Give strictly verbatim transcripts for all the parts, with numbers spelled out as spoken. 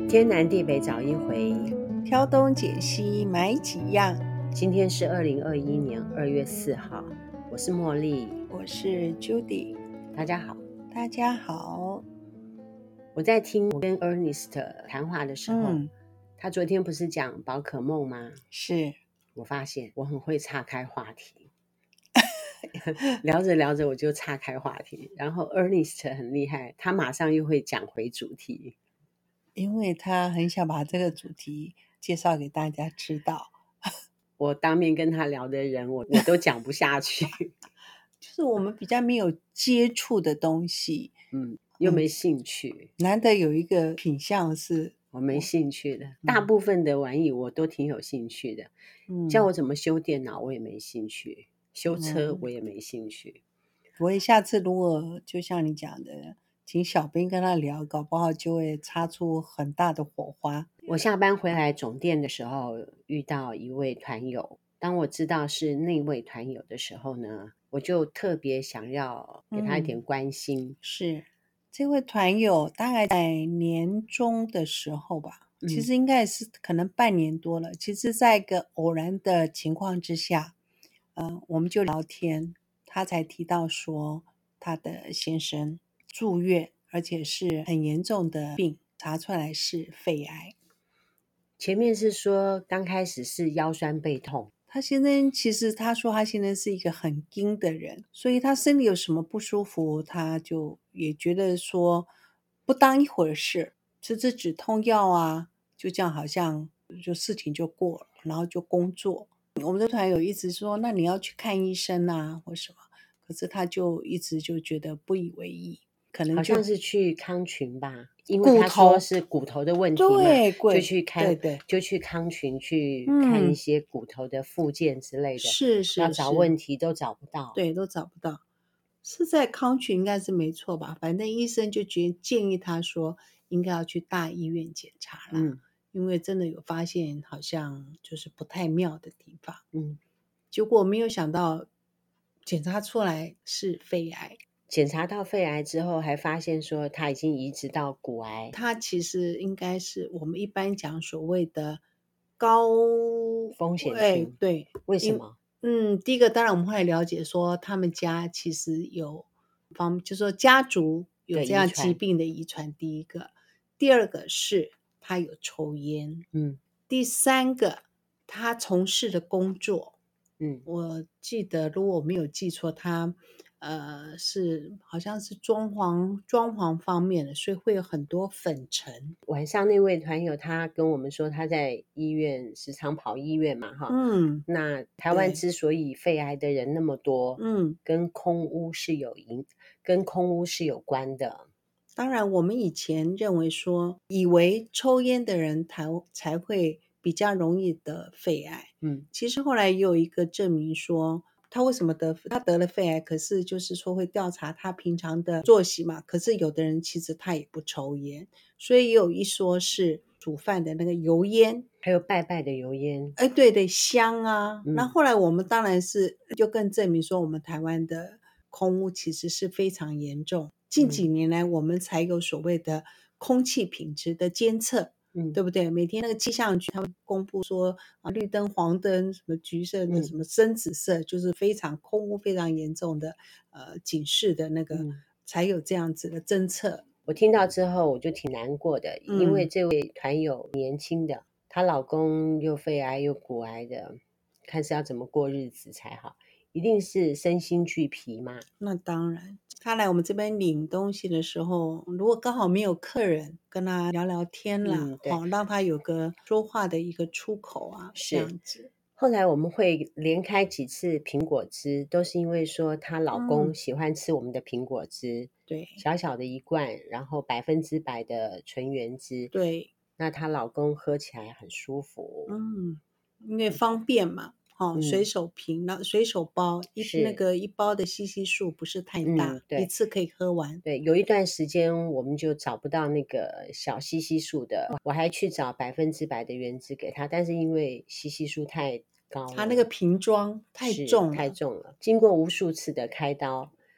天南地北找一回， 挑东拣西买几样。 今天是二零二一年二月四号，我是茉莉， 我是 Judy， 大家好。 大家好。 我在听我跟 Ernest 谈话的时候、嗯、他昨天不是讲宝可梦吗？ 是。 我发现我很会岔开话题聊着聊着我就岔开话题，然后 Ernest 很厉害，他马上又会讲回主题， 因为他很想把这个主题介绍给大家知道。 我当面跟他聊的人我我都讲不下去就是我们比较没有接触的东西， 嗯，又没兴趣、 嗯、难得有一个品项是我没兴趣的、嗯、大部分的玩意我都挺有兴趣的、嗯、叫我怎么修电脑我也没兴趣，修车我也没兴趣、 嗯、我也下次如果就像你讲的请小编跟他聊，搞不好就会擦出很大的火花。 我下班回来总店的时候遇到一位团友，当我知道是那位团友的时候呢，我就特别想要给他一点关心、 嗯、是这位团友大概在年中的时候吧、嗯、其实应该是可能半年多了，其实在一个偶然的情况之下、呃、我们就聊天，他才提到说他的先生住院，而且是很严重的病，查出来是肺癌。 前面是说刚开始是腰酸背痛， 他先生其实他说他现在是一个很硬的人，所以他身体有什么不舒服他就也觉得说不当一回事，吃吃止痛药啊，就这样好像就事情就过了，然后就工作。我们的团友一直说那你要去看医生啊或什么，可是他就一直就觉得不以为意，可能好像是去康群吧，因为他说是骨头的问题嘛， 对就去看， 对对， 就去康群去看一些骨头的复健之类的， 是、嗯、是要找问题都找不到， 对，都找不到。是在康群应该是没错吧，反正医生就觉建议他说应该要去大医院检查了、嗯、因为真的有发现好像就是不太妙的地方。嗯，结果没有想到检查出来是肺癌， 检查到肺癌之后还发现说他已经移植到骨癌， 他其实应该是我们一般讲所谓的高风险群、 哎、对， 为什么？ 嗯，第一个当然我们会了解说他们家其实有方，就是说家族有这样疾病的遗传，第一个，第二个是他有抽烟，嗯，第三个他从事的工作，嗯，我记得如果我没有记错他呃，是好像是装潢装潢方面的，所以会有很多粉尘。 晚上那位团友他跟我们说他在医院时常跑医院嘛哈， 嗯， 那台湾之所以肺癌的人那么多， 嗯， 跟空污是有影，跟空污是有关的。 当然我们以前认为说以为抽烟的人才才会比较容易得肺癌，嗯，其实后来也有一个证明说他为什么得他得了肺癌，可是就是说会调查他平常的作息嘛，可是有的人其实他也不抽烟，所以也有一说是煮饭的那个油烟， 还有拜拜的油烟， 哎，对对，香啊、嗯、那后来我们当然是就更证明说我们台湾的空污其实是非常严重，近几年来我们才有所谓的空气品质的监测，嗯，对不对？每天那个气象局他们公布说啊，绿灯黄灯什么橘色的、嗯、什么深紫色，就是非常空污非常严重的呃警示的那个、嗯、才有这样子的侦测。 我听到之后我就挺难过的、嗯、因为这位团友年轻的，她老公又肺癌又骨癌的，看是要怎么过日子才好，一定是身心俱疲嘛。 那当然，他来我们这边领东西的时候，如果刚好没有客人，跟他聊聊天啦，嗯，对，好让他有个说话的一个出口啊，这样子。 后来我们会连开几次苹果汁，都是因为说她老公喜欢吃我们的苹果汁， 对、嗯， 小小的一罐，然后百分之百的纯原汁， 对， 那她老公喝起来很舒服， 嗯，因为方便嘛。哦，随手瓶，然后随手包一那个一包的西西数不是太大、嗯、对，一次可以喝完。 对，有一段时间我们就找不到那个小西西数的、嗯、我还去找百分之百的原汁给他，但是因为西西数太高了， 他那个瓶装太重了太重了，经过无数次的开刀，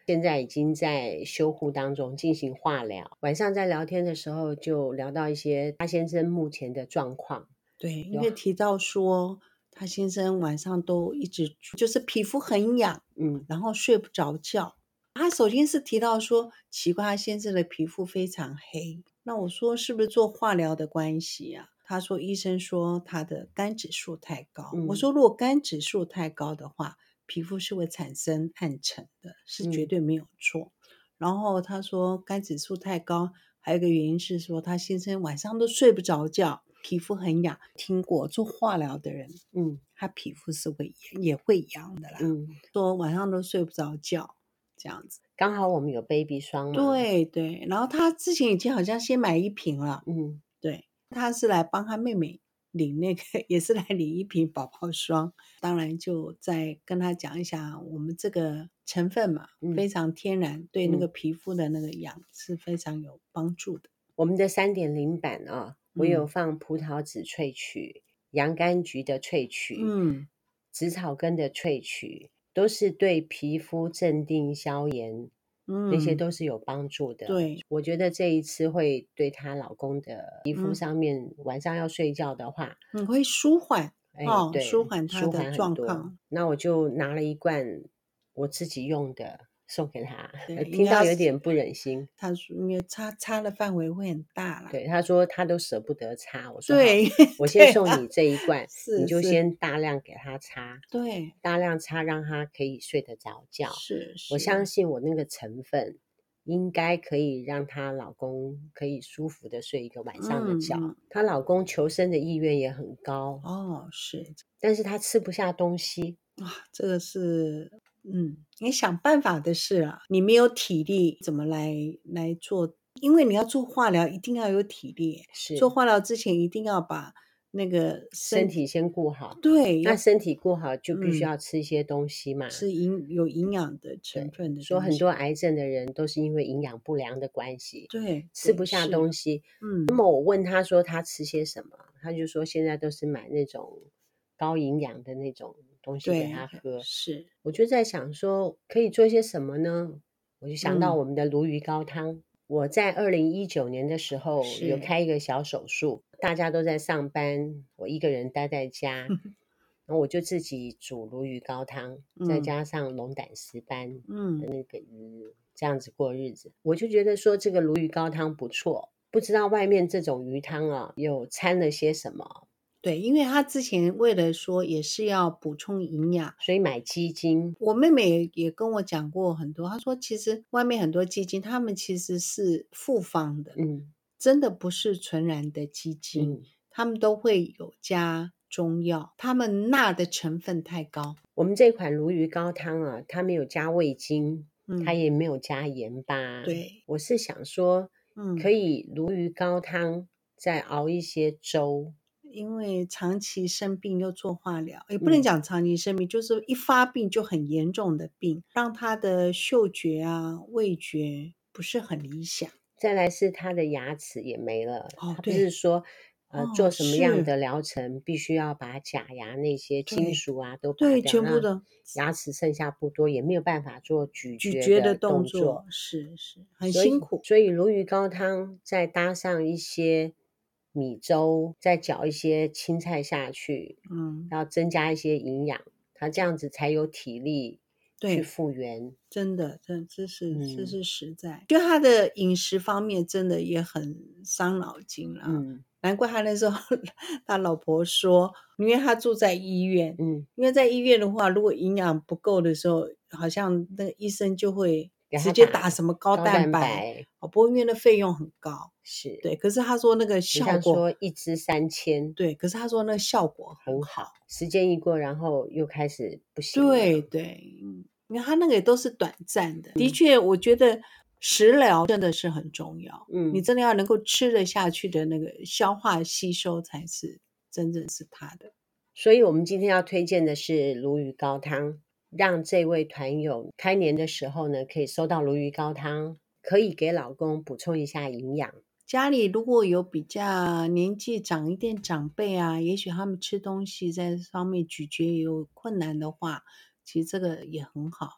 现在已经在修护当中进行化疗。晚上在聊天的时候就聊到一些他先生目前的状况。 对，因为提到说他先生晚上都一直就是皮肤很痒， 嗯， 然后睡不着觉。他首先是提到说奇怪他先生的皮肤非常黑，那我说是不是做化疗的关系啊？他说医生说他的肝指数太高。 嗯， 我说如果肝指数太高的话，皮肤是会产生暗沉的，是绝对没有错。嗯，然后他说肝指数太高还有一个原因是说他先生晚上都睡不着觉，皮肤很痒。听过做化疗的人，嗯，他皮肤是会也会痒的啦。嗯，说晚上都睡不着觉这样子。 刚好我们有 baby 霜嘛。 对对，然后他之前已经好像先买一瓶了。嗯，对，他是来帮他妹妹领那个，也是来领一瓶宝宝霜。当然就再跟他讲一下我们这个成分嘛，嗯，非常天然，对那个皮肤的那个痒是非常有帮助的。 我们的 三点零 版啊，我有放葡萄籽萃取、洋甘菊的萃取、嗯，紫草根的萃取，都是对皮肤镇定消炎，嗯，那些都是有帮助的。 对， 我觉得这一次会对她老公的皮肤上面，嗯，晚上要睡觉的话， 你会舒缓， 哎， 哦， 对， 舒缓他的状况。 那我就拿了一罐我自己用的送给他，听到有点不忍心。 他说因为擦擦的范围会很大啦。 对，他说他都舍不得擦。我说对， 好，我先送你这一罐， 是你就先大量给他擦。 对， 大量擦让他可以睡得着觉。 是是， 我相信我那个成分应该可以让她老公可以舒服的睡一个晚上的觉。嗯，她老公求生的意愿也很高。 哦，是， 但是他吃不下东西。 哇，这个是嗯，你想办法的事啊，你没有体力怎么来来做？因为你要做化疗一定要有体力， 是做化疗之前一定要把那个身体先顾好。 对， 那身体顾好就必须要吃一些东西嘛， 吃营有营养的成分的。 说很多癌症的人都是因为营养不良的关系， 对， 吃不下东西。嗯，那么我问他说他吃些什么，他就说现在都是买那种高营养的那种东西给他喝。 是， 我就在想说可以做些什么呢？我就想到我们的鲈鱼高汤。嗯，我在二零一九年的时候有开一个小手术，大家都在上班，我一个人待在家。然后我就自己煮鲈鱼高汤，嗯，再加上龙胆石斑的那个鱼，嗯，这样子过日子。我就觉得说这个鲈鱼高汤不错，不知道外面这种鱼汤啊有掺了些什么。 对，因为他之前为了说也是要补充营养， 所以买鸡精。 我妹妹也跟我讲过很多，她说其实外面很多鸡精他们其实是复方的，嗯，真的不是纯然的鸡精，嗯，他们都会有加中药，他们钠的成分太高。 我们这款鲈鱼高汤啊，它没有加味精，嗯，它也没有加盐巴。 对， 我是想说，嗯，可以鲈鱼高汤再熬一些粥。 因为长期生病又做化疗，也不能讲长期生病，嗯，就是一发病就很严重的病，让他的嗅觉啊、味觉不是很理想。 再来是他的牙齿也没了。 哦， 他不是说呃、哦、做什么样的疗程必须要把假牙那些金属啊都拔掉， 对，全部的牙齿剩下不多，也没有办法做咀嚼的动作，作是是很辛苦。 所以鲈鱼高汤再搭上一些米粥，再搅一些青菜下去，嗯，要增加一些营养，它这样子才有体力去复原。 真的，真的这是、嗯、这是实在。就他的饮食方面真的也很伤脑筋了。嗯，难怪他那时候他老婆说，因为他住在医院，嗯，因为在医院的话，如果营养不够的时候，好像那个医生就会直接打什么高蛋白，哦，不过因为那费用很高， 是对。可是他说那个效果， 说一支三千， 对。可是他说那个效果很好，时间一过，然后又开始不行。 对对，嗯，因为他那个也都是短暂的。的确，我觉得食疗真的是很重要。嗯，你真的要能够吃得下去的那个消化吸收，才是真正是他的。 所以我们今天要推荐的是鲈鱼高汤。让这位团友开年的时候呢，可以收到鲈鱼高汤，可以给老公补充一下营养。 家里如果有比较年纪长一点长辈啊，也许他们吃东西在方面咀嚼也有困难的话，其实这个也很好。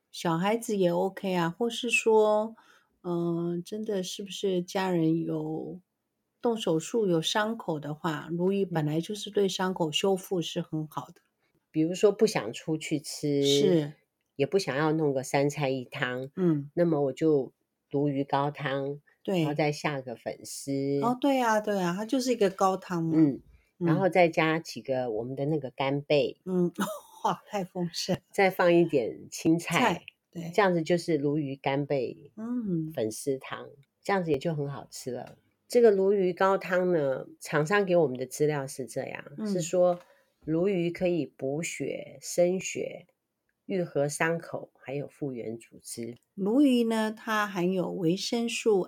小孩子也 OK 啊，或是说，嗯、呃，真的是不是家人有动手术有伤口的话，鲈鱼本来就是对伤口修复是很好的。 比如说不想出去吃， 是， 也不想要弄个三菜一汤， 嗯， 那么我就鲈鱼高汤，然后对， 再下个粉丝， 哦，对啊，对啊，它就是一个高汤嘛， 嗯，然嗯后再加几个我们的那个干贝， 嗯，哇，太丰盛， 再放一点青菜， 菜，对， 这样子就是鲈鱼干贝嗯粉丝汤，这样子也就很好吃了。这个鲈鱼高汤呢，厂商给我们的资料是这样，是嗯， 说鲈鱼可以补血、生血、愈合伤口，还有复原组织。 鲈鱼呢，它含有维生素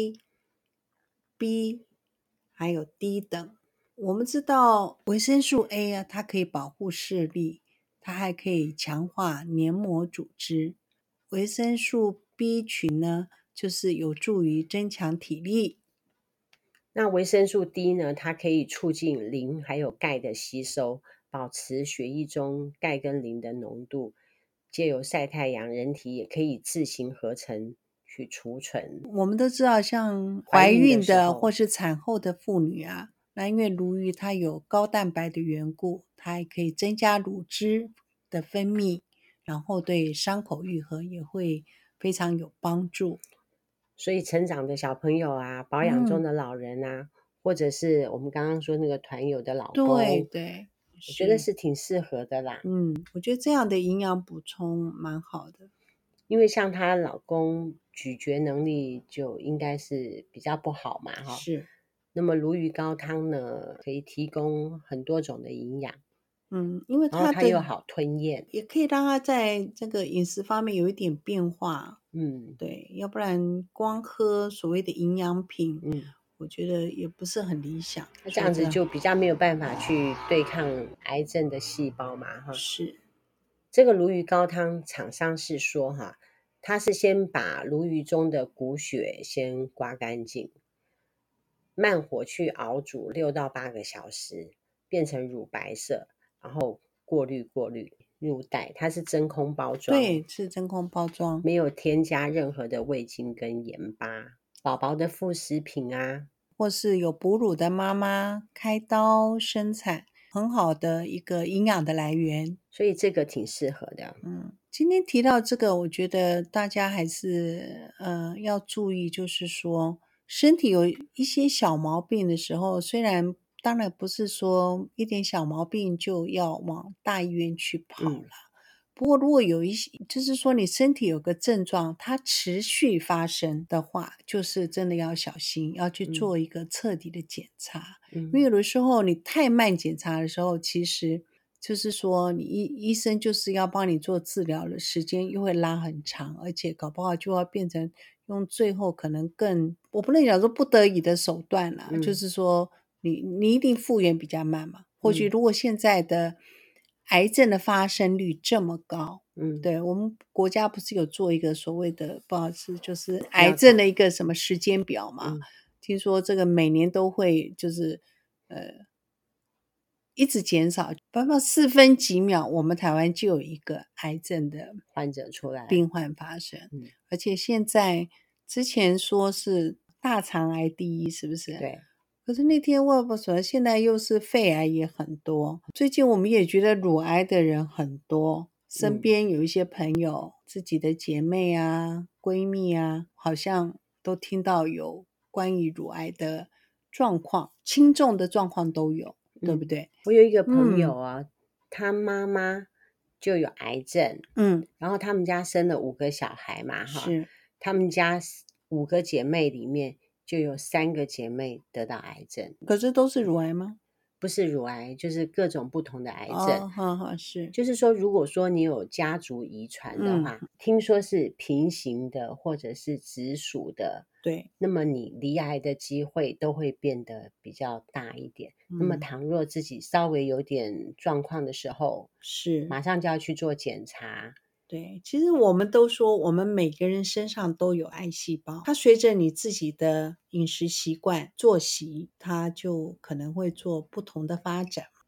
A、B 还有 D 等。我们知道维生素 A 啊，它可以保护视力，它还可以强化黏膜组织。维生素 B 群呢，就是有助于增强体力。 那维生素 D 呢，它可以促进磷还有钙的吸收，保持血液中钙跟磷的浓度。借由晒太阳，人体也可以自行合成去储存。 我们都知道，像怀孕的怀孕时候的或是产后的妇女啊，那因为鲈鱼它有高蛋白的缘故，它还可以增加乳汁的分泌，然后对伤口愈合也会非常有帮助。 所以成长的小朋友啊，保养中嗯， 的老人啊，或者是我们刚刚说那个团友的老对公， 对， 我觉得是， 是挺适合的啦。 嗯，我觉得这样的营养补充蛮好的。 因为像她老公咀嚼能力就应该是比较不好嘛，哈。 是， 那么鲈鱼高汤呢，可以提供很多种的营养， 嗯，因为然后它的它又好吞咽。 也可以让它在这个饮食方面有一点变化。 嗯对，要不然光喝所谓的营养品， 嗯， 我觉得也不是很理想。 那这样子说真的就比较没有办法去对抗癌症的细胞嘛，哈。 是， 这个鲈鱼高汤厂商是说哈，它是先把鲈鱼中的骨血先刮干净，慢火去熬煮六到八个小时，变成乳白色，然后过滤过滤入袋，它是真空包装， 对，是真空包装， 没有添加任何的味精跟盐巴。宝宝的副食品啊， 或是有哺乳的妈妈开刀生产，很好的一个营养的来源。 所以这个挺适合的。 嗯，今天提到这个，我觉得大家还是呃要注意，就是说身体有一些小毛病的时候，虽然当然不是说一点小毛病就要往大医院去跑了。 嗯不过，如果有一些，就是说你身体有个症状，它持续发生的话，就是真的要小心，要去做一个彻底的检查。 嗯因为有的时候你太慢检查的时候，其实就是说你医医生就是要帮你做治疗的时间又会拉很长，而且搞不好就要变成用最后可能更，我不能讲说不得已的手段啦， 嗯就是说你你一定复原比较慢嘛。或许如果现在的癌症的发生率这么高， 嗯， 对，我们国家不是有做一个所谓的不好意思，就是癌症的一个什么时间表嘛？ 嗯听说这个每年都会就是呃一直减少，包括四分几秒，我们台湾就有一个癌症的患者出来， 病患发生， 嗯而且现在之前说是大肠癌第一，是不是？ 对， 可是那天我不说，现在又是肺癌也很多。最近我们也觉得乳癌的人很多，身边有一些朋友、自己的姐妹啊、闺蜜啊，好像都听到有关于乳癌的状况，轻重的状况都有，对不对？ 我有一个朋嗯友啊，他妈妈就有癌症， 嗯， 然后他们家生了五个小孩嘛，哈， 是， 他们家五个姐妹里面就有三个姐妹得到癌症， 可是都是乳癌吗？ 不是乳癌，就是各种不同的癌症。 哦，好好是， 就是说，如果说你有家族遗传的话，听说是平行的或者是直属的， 对， 那么你罹癌的机会都会变得比较大一点。 嗯那么倘若自己稍微有点状况的时候， 是， 马上就要去做检查。 对，其实我们都说，我们每个人身上都有癌细胞，它随着你自己的饮食习惯、作息，它就可能会做不同的发展。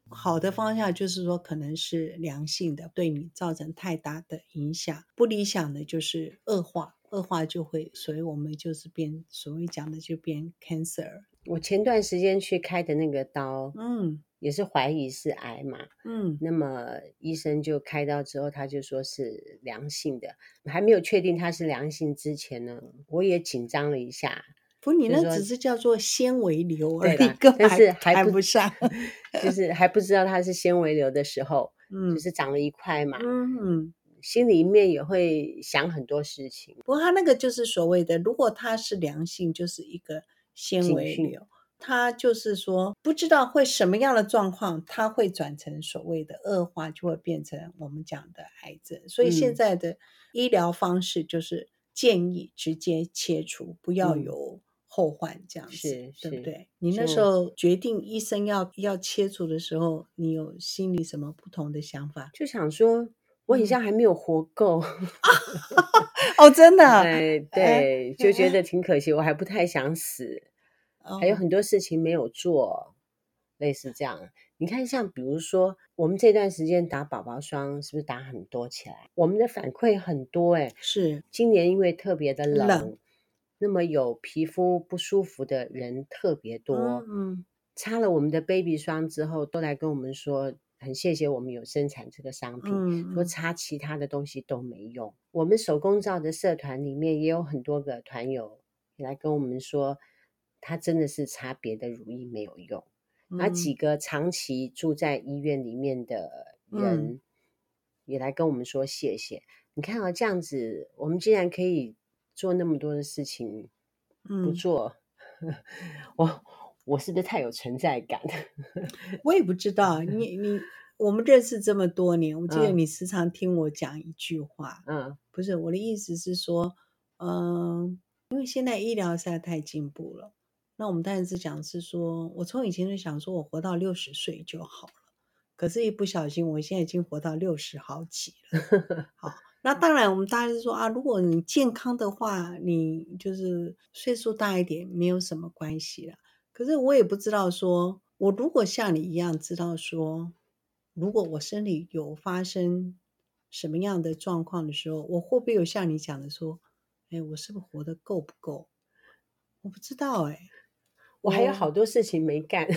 好的方向就是说可能是良性的，对你造成太大的影响，不理想的就是恶化，恶化就会，所以我们就是变，所谓讲的就变 cancer。 我前段时间去开的那个刀， 嗯也是怀疑是癌嘛， 嗯， 那么医生就开刀之后他就说是良性的，还没有确定它是良性之前呢，我也紧张了一下。 不，你就是说那只是叫做纤维瘤而已， 对啦， 根本但是还不谈不上。 就是还不知道它是纤维瘤的时候， 嗯就是长了一块嘛， 嗯， 心里面也会想很多事情。 不过它那个就是所谓的，如果它是良性，就是一个纤警讯维瘤，它就是说不知道会什么样的状况，它会转成所谓的恶化，就会变成我们讲的癌症。所以现嗯在的医疗方式就是建议直接切除，不要嗯有后患，这样子， 是是对不对？你那就时候决定医生要要切除的时候，你有心里什么不同的想法？ 就想说我好嗯像还没有活够， 哦，真的啊， 哎， 哎对，就觉得挺可惜，我还不太想死，还有哦， 很多事情没有做，类似这样。你看，像比如说，我们这段时间打宝宝霜，是不是打很多起来？我们的反馈很多哎、 是今年因为特别的冷， 冷那么有皮肤不舒服的人特别多。 嗯擦了我们的 baby 霜之后，都来跟我们说，很谢谢我们有生产这个商品， 嗯嗯说擦其他的东西都没用。我们手工皂的社团里面也有很多个团友也来跟我们说，他真的是擦别的乳液没有用。然后几嗯个长期住在医院里面的人嗯也来跟我们说谢谢。你看啊，这样子我们竟然可以做那么多的事情，不嗯， 做，我我是不是太有存在感？ 我也不知道，你你我们认识这么多年，我记得嗯你时常听我讲一句话， 嗯不是我的意思是说，嗯、因为现在医疗实在太进步了，那我们当然是讲是说，我从以前就想说我活到六十岁就好了，可是一不小心，我现在已经活到六十好几了。好，那当然我们大家是说啊，如果你健康的话，你就是岁数大一点没有什么关系了。可是我也不知道说，我如果像你一样知道说，如果我身体有发生什么样的状况的时候，我会不会有像你讲的说，哎，我是不是活得够不够？我不知道哎、 我还有我好多事情没干，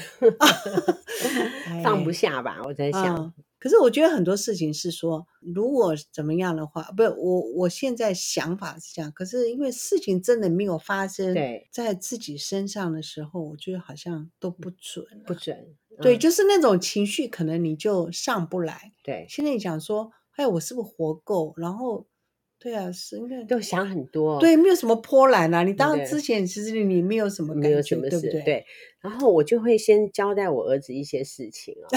放不哎下吧？我在想， 嗯，可是我觉得很多事情是说，如果怎么样的话，不是我我现在想法是这样，可是因为事情真的没有发生对， 在自己身上的时候，我觉得好像都不准了。 不准。 对， 嗯就是那种情绪，可能你就上不来。 对， 现在你讲说，哎，我是不是活够？然后，对啊，是因为都想很多。 对，没有什么波澜啊。你当对之前其实你没有什么没有感觉， 什么事， 对不对？ 对。然后我就会先交代我儿子一些事情哦，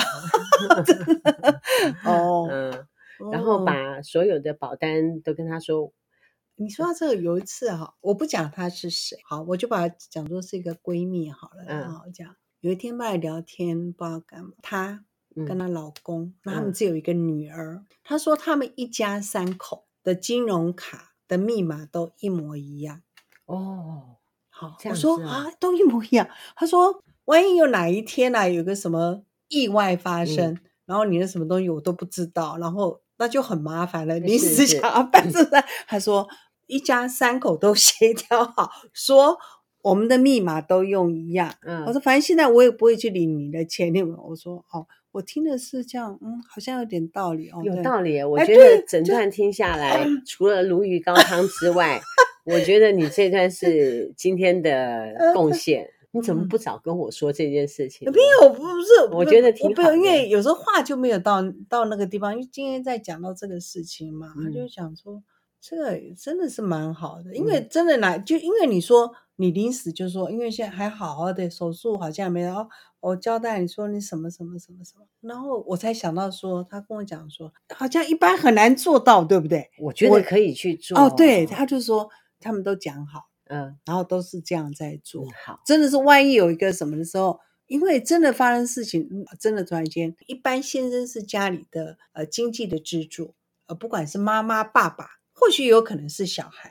哦嗯，然后哦， 把所有的保单都跟他说， 你说到这个，有一次哈，我不讲她是谁，好，我就把她讲作是一个闺蜜好了， 嗯然后这样。有一天来聊天，不知道干嘛，她跟嗯她老公，那、他们嗯只有一个女儿。她说他们一家三口的金融卡的密码都一模一样。 哦， 好， 这我样子啊， 说啊，都一模一样。她说，万一有哪一天啊，有个什么意外发生， 嗯然后你的什么东西我都不知道，然后那就很麻烦了。 是临时是想要办这个，他说一家三口都协调好，说我们的密码都用一样。我嗯， 说反正现在我也不会去领你的钱，你们我说哦，我听的是这样，嗯，好像有点道理哦，对， 有道理耶。我哎觉得对就整段听下来，除了鲈鱼高汤之外，我觉得你这段是今天的贡献。你怎么不早跟我说这件事情呢？ 没有，不是， 我觉得挺好的我不因为有时候话就没有到到那个地方，因为今天在讲到这个事情嘛，他就嗯想说这个真的是蛮好的，因为嗯真的来就因为你说你临时就说，因为现在还好好的手术好像没有，哦我交代你说你什么什么什么什么，然后我才想到说，他跟我讲说，好像一般很难做到，对不对？ 我觉得可以去做哦，对，他就说他们都讲好。 嗯然后都是这样在做， 嗯好， 真的是万一有一个什么的时候，因为真的发生事情，嗯真的突然间，一般先生是家里的呃经济的支柱，呃，不管是妈妈、爸爸，或许有可能是小孩，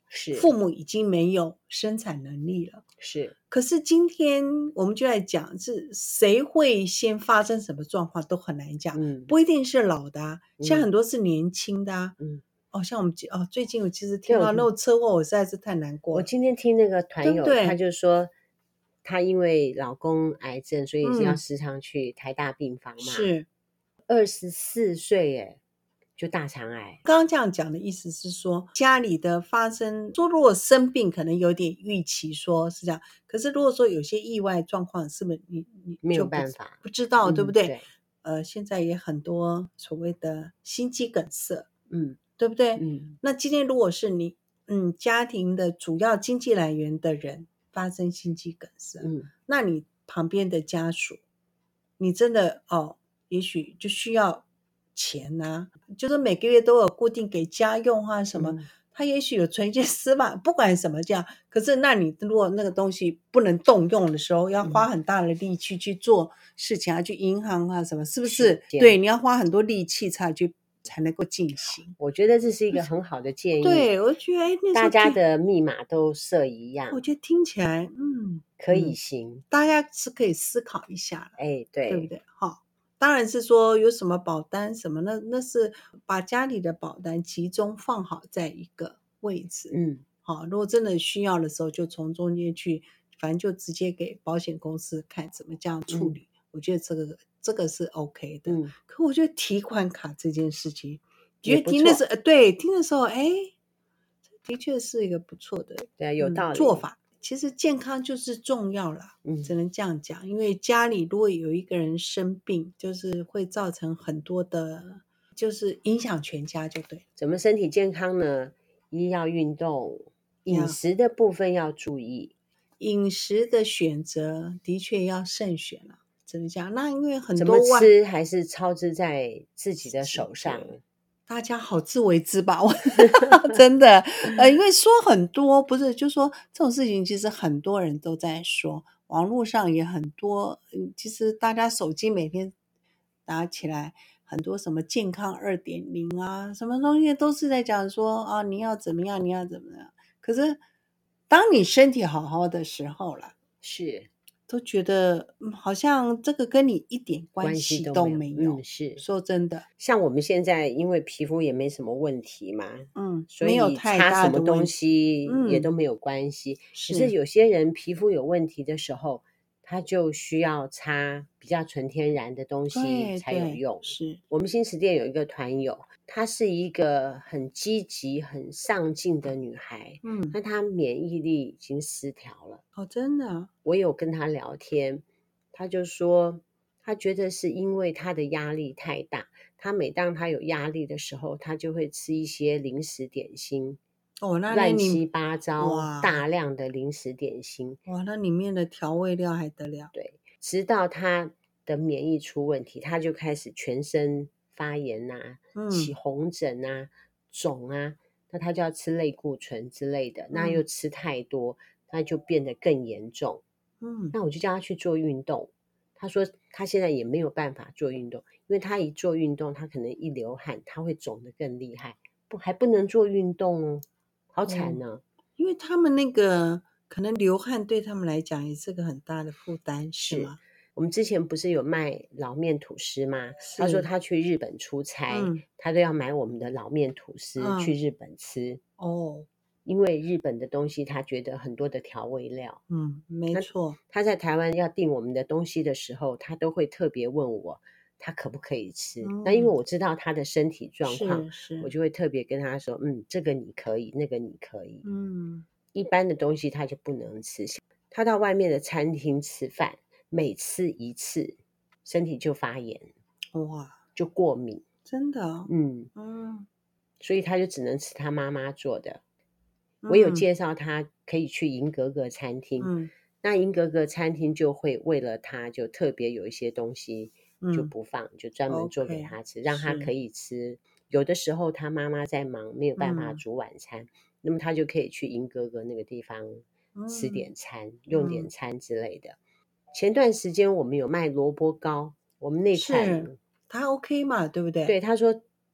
是父母已经没有生产能力了。 是， 可是今天我们就在讲，是谁会先发生什么状况都很难讲， 嗯， 不一定是老的啊， 嗯像很多是年轻的啊。 嗯， 哦，像我们哦，最近我其实听对我到那种车祸，我实在是太难过我了。 今天听那个团友， 对不对他就说，她因为老公癌症，所以是要嗯时常去台大病房嘛。 是， 二十四岁哎，就大肠癌。 刚刚这样讲的意思是说，家里的发生，说如果生病可能有点预期，说是这样。可是如果说有些意外状况，是不是你你没有就不办法不知道，对不对？ 嗯对呃，现在也很多所谓的心肌梗塞， 嗯对不对？ 嗯那今天如果是你，嗯，家庭的主要经济来源的人发生心肌梗塞， 嗯那你旁边的家属，你真的哦，也许就需要钱呐、就是每个月都有固定给家用啊什么， 嗯他也许有存一些私嘛，不管什么这样，可是那你如果那个东西不能动用的时候，要花很大的力气去做事情啊，去银行啊什么，是不是？ 是对，你要花很多力气才去才能够进行。 我觉得这是一个很好的建议。 对，我觉得哎，那时大家候听的密码都设一样我，觉得听起来，嗯， 可以嗯行。 大家是可以思考一下了。 哎，对， 对不对？好，当然是说有什么保单什么，那那是把家里的保单集中放好在一个位置。 嗯好，如果真的需要的时候，就从中间去，反正就直接给保险公司看怎么这样处理。我觉得这个这个是 OK 的。 嗯， 可我觉得提款卡这件事情，觉也不错得听的时候，呃对，听的时候，哎，的确是一个不错的对啊，有嗯道理。 做法。其实健康就是重要啦， 嗯只能这样讲。因为家里如果有一个人生病，就是会造成很多的，就是影响全家，就对。 怎么身体健康呢？一要运动，饮要食的部分要注意。 饮食的选择的确要慎选了，只能讲。那因为很怎么多外吃还是操之在自己的手上。 大家好自为之吧，我真的，呃，因为说很多不是，就说这种事情，其实很多人都在说，网络上也很多，嗯，其实大家手机每天拿起来，很多什么健康二点零啊，什么东西都是在讲说啊，你要怎么样，你要怎么样。可是当你身体好好的时候了， 是都觉得、嗯、好像这个跟你一点关关系系都都没有。 嗯，是。 说真的， 像我们现在因为皮肤也没什么问题嘛， 嗯， 所以没有太擦什么东大的问题。 西也嗯都没有关系。可是是有些人皮肤有问题的时候，他就需要擦比较纯天然的东西对才有对用。 是， 我们新食店有一个团友，她是一个很积极、很上进的女孩， 嗯， 但她免疫力已经失调了。 哦，真的， 我有跟她聊天，她就说，她觉得是因为她的压力太大，她每当她有压力的时候，她就会吃一些零食点心， 哦，那那乱七你八糟、 哇大量的零食点心， 哇，那里面的调味料还得了？ 对，直到她的免疫出问题，她就开始全身发炎啊，起嗯红疹啊、肿啊，那她就要吃类固醇之类的，那又嗯吃太多，那就变得更严重。 嗯， 那我就叫他去做运动，他说他现在也没有办法做运动，因为他一做运动，他可能一流汗，他会肿得更厉害，不还不能做运动哦，好惨呢、 因为他们那个可能流汗对他们来讲也是个很大的负担，是是吗？ 我们之前不是有卖老面吐司吗？他说是他去日本出差， 嗯他都要买我们的老面吐司嗯去日本吃， 哦， 因为日本的东西他觉得很多的调味料。 嗯，没那错， 他在台湾要订我们的东西的时候，他都会特别问我他可不可以吃。 嗯那因为我知道他的身体状况， 是是， 我就会特别跟他说，嗯，这个你可以，那个你可以。 嗯一般的东西他就不能吃。他到外面的餐厅吃饭，每吃一次，身体就发炎， 哇， 就过敏。 真的哦， 嗯， 嗯， 所以他就只能吃他妈妈做的。我有嗯介绍他可以去银格格餐厅， 嗯那银格格餐厅就会为了他就特别有一些东西就嗯不放，就专门做给 OK， 他吃，让他是可以吃。有的时候他妈妈在忙，没有办法嗯煮晚餐，那么他就可以去银格格那个地方吃嗯点餐，用点嗯餐之类的。前段时间我们有卖萝卜糕，我们那是产他 OK 嘛，对不对？ 对他说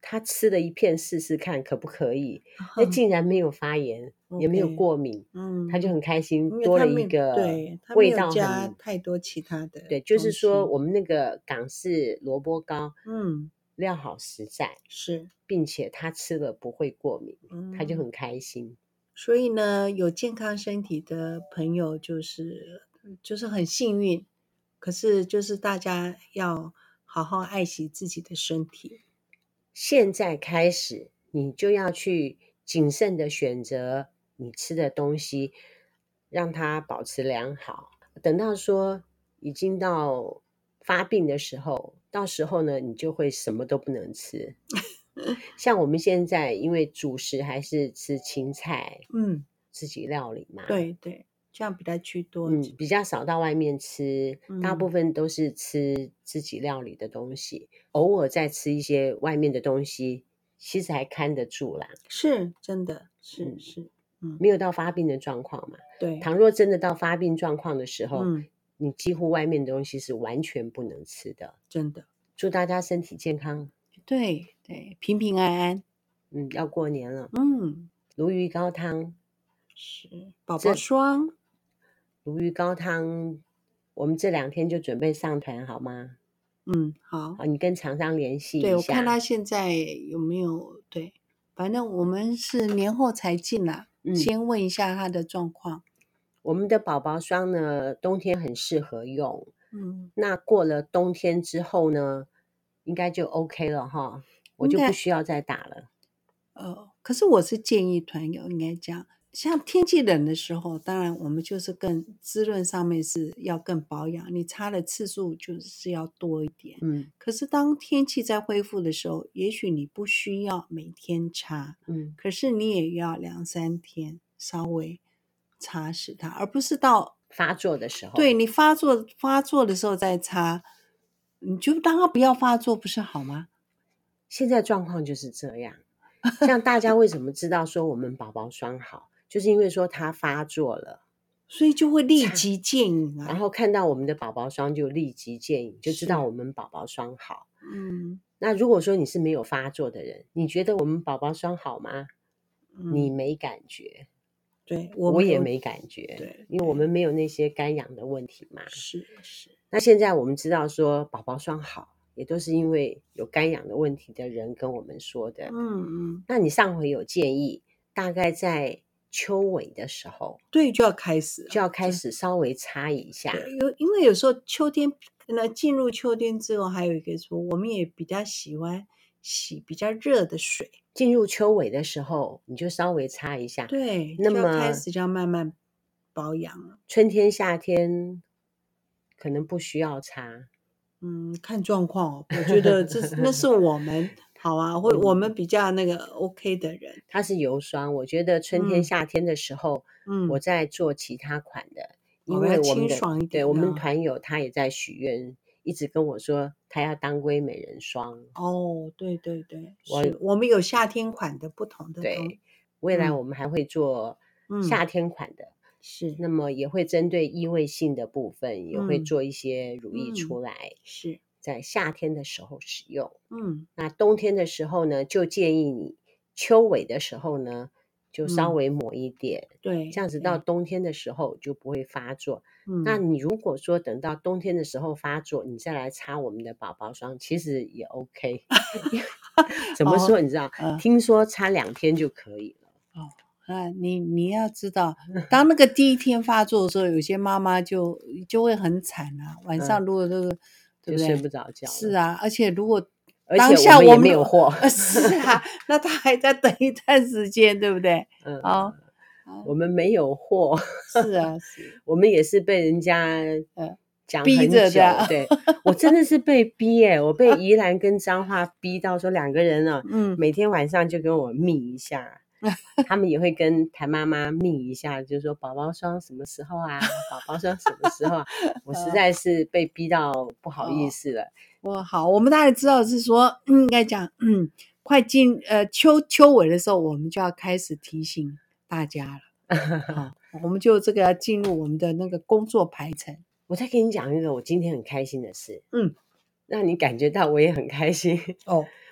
他吃了一片试试看可不可以，那竟然没有发炎，也没有 OK 过敏， 嗯， 他就很开心， 因为多了它没有一个对，它没有味道很加太多其他的对，就是东说西我们那个港式萝卜糕， 嗯， 料好实在， 是， 并且他吃了不会过敏，他就嗯， 很开心。 所以呢，有健康身体的朋友就是就是很幸运，可是就是大家要好好爱惜自己的身体。 现在开始，你就要去谨慎的选择你吃的东西，让它保持良好。等到说已经到发病的时候，到时候呢，你就会什么都不能吃。像我们现在，因为主食还是吃青菜， 嗯， 自己料理嘛， 对对，这样比较居多。 嗯，比较少到外面吃，大部嗯分都是吃自己料理的东西，偶尔再吃一些外面的东西，其实还看得住啦， 是真的，是嗯是，嗯， 没有到发病的状况嘛。 对， 倘若真的到发病状况的时候， 嗯， 你几乎外面的东西是完全不能吃的。 真的， 祝大家身体健康， 对对，平平安安。 嗯，要过年了， 嗯， 鲈鱼高汤， 是宝宝这霜。 鲈鱼高汤，我们这两天就准备上团好吗？ 嗯，好， 好，你跟厂商联系对， 一我看他下。 现在有没有对，反正我们是年后才进啦， 嗯， 先问一下他的状况。 我们的宝宝霜呢，冬天很适合用。 嗯， 那过了冬天之后呢，应该就 OK 了哈，我就应该不需要再打了。 呃，可是我是建议团友应该这样，像天气冷的时候，当然我们就是更滋润上面是要更保养，你擦的次数就是要多一点。 嗯可是当天气在恢复的时候，也许你不需要每天擦， 嗯， 可是你也要两三天稍微擦拭它，而不是到发作的时候， 对你发作发作的时候再擦，你就让它不要发作，不是好吗？ 现在状况就是这样。像大家为什么知道说我们宝宝霜好，就是因为说它发作了， 所以就会立即见影啊。 然后看到我们的宝宝霜就立即见影，就知道是我们宝宝霜好。 嗯那如果说你是没有发作的人，你觉得我们宝宝霜好吗？你嗯， 没感觉， 对， 我我没有也没感觉， 对， 因为我们没有那些干痒的问题嘛。 是是， 那现在我们知道说宝宝霜好，也都是因为有干痒的问题的人跟我们说的。 嗯嗯， 那你上回有建议，大概在秋尾的时候对，就要开始了就要开始稍微擦一下。 对，有因为有时候秋天，那进入秋天之后，还有一个说，我们也比较喜欢洗比较热的水， 进入秋尾的时候，你就稍微擦一下。 对， 那就要开么始就要慢慢保养了。 春天、夏天可能不需要擦。 嗯，看状况哦，我觉得这是那是我们好啊，或我们比较那个 OK 的人。 它是油霜，我觉得春天、 嗯夏天的时候， 嗯， 我在做其他款的，因哦要为我们的清爽一对我们点的团友他也在许愿，一直跟我说他要当归美人霜。 哦，对对对， 我是我们有夏天款的不同的东对，未来嗯我们还会做嗯夏天款的， 是那么也会针对异位性的部分，也会嗯做一些乳液嗯出来， 是在夏天的时候使用。 嗯那冬天的时候呢，就建议你秋尾的时候呢，就稍嗯微抹一点， 对， 这样子到冬天的时候就不会发作。 嗯那你如果说等到冬天的时候发作，你再来擦我们的宝宝霜，其实也 OK。怎么说？你知道？ 嗯听说擦两天就可以了。 哦啊，你你要知道，当那个第一天发作的时候，有些妈妈就就会很惨啊。晚上如果这个、对不对？ 就睡不着觉了。 是啊，而且如果而且当下我们也们没有货呃是啊，那他还在等一段时间，对不对？ 嗯， 哦， 我们没有货。 是啊，是我们也是被人家呃讲逼很久。 着的对，我真的是被逼耶、我被宜兰跟彰化逼到说两个人呢， 嗯每天晚上就跟我密一下。他们也会跟谭妈妈密一下，就是说宝宝霜什么时候啊，宝宝霜什么时候啊。我实在是被逼到不好意思了。 我好，我们大概知道是说，嗯应该讲，嗯，快进呃秋秋尾的时候，我们就要开始提醒大家了。好，我们就这个要进入我们的那个工作排程。 我再跟你讲一个我今天很开心的事， 嗯， 让你感觉到我也很开心。 哦，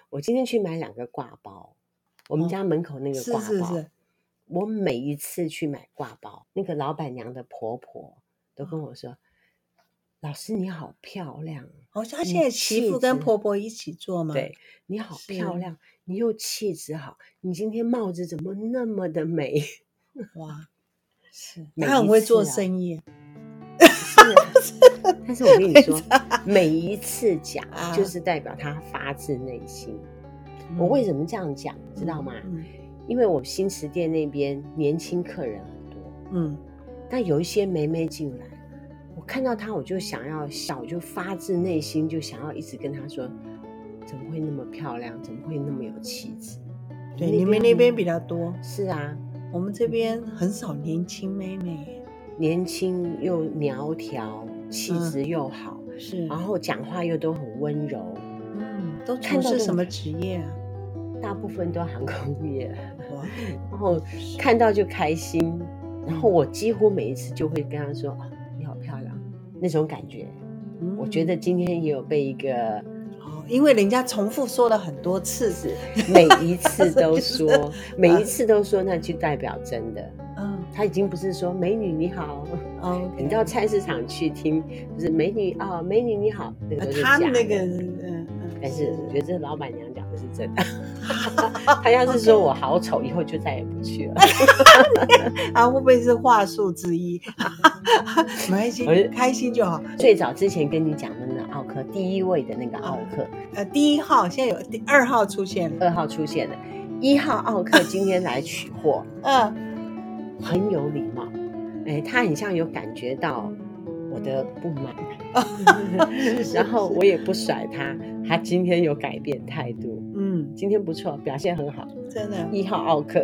我今天去买两个挂包，我们家门口那个挂包， 哦、是是是， 我每一次去买挂包，那个老板娘的婆婆都跟我说：“哦、老师你好漂亮。” 哦，她现在媳妇跟婆婆一起做吗？ 对，你好漂亮，你又气质好，你今天帽子怎么那么的美？ 哇，是， 她很会做生意。 是，但是我跟你说，每一次讲就是代表他发自内心。嗯、我为什么这样讲，知道吗？嗯、因为我新池店那边年轻客人很多，嗯，但有一些妹妹进来，我看到她我就想要笑，就发自内心就想要一直跟她说，怎么会那么漂亮，怎么会那么有气质？ 对，你们那边比较多。 是啊， 我们这边很少年轻妹妹。 年轻又苗条，气质又好， 嗯、是， 然后讲话又都很温柔。 嗯，都从事什么职业啊？ 大部分都航空业。哇，然后看到就开心，然后我几乎每一次就会跟他说：“哦，你好漂亮。”那种感觉，嗯、我觉得今天也有被一个。 哦，因为人家重复说了很多次， 是每一次都说，就是、每一次都说，那就代表真的。嗯，他已经不是说美女你好，哦，你到菜市场去听，就是美女啊、哦，美女你好，那个都是假的。 他那个，嗯， 但是我觉得这老板娘讲的是真的。他要是说我好丑，以后就再也不去了。 啊，会不会是话术之一？没关系，开心就好。 最早之前跟你讲的那个奥克，第一位的那个奥克， 呃，第一号现在有第二号出现了， 二号出现了，一号奥克今天来取货，嗯，很有礼貌，哎，他很像有感觉到我的不满，然后我也不甩他，他今天有改变态度，嗯，今天不错，表现很好， 真的， 一号奥克。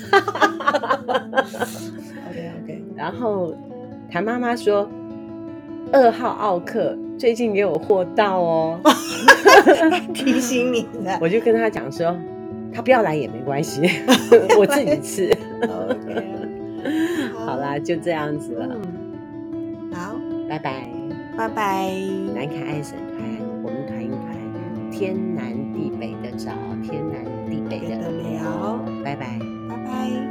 OK OK， 然后谭妈妈说，二号奥克最近也有货到哦， 提醒你的， 我就跟他讲说，他不要来也没关系，我自己吃。 OK， 好啦，就这样子了。 嗯、好， 拜拜， 拜拜。 南凯爱省团，我们团一团，天南地北的找，天南地北的聊。拜拜， 拜拜。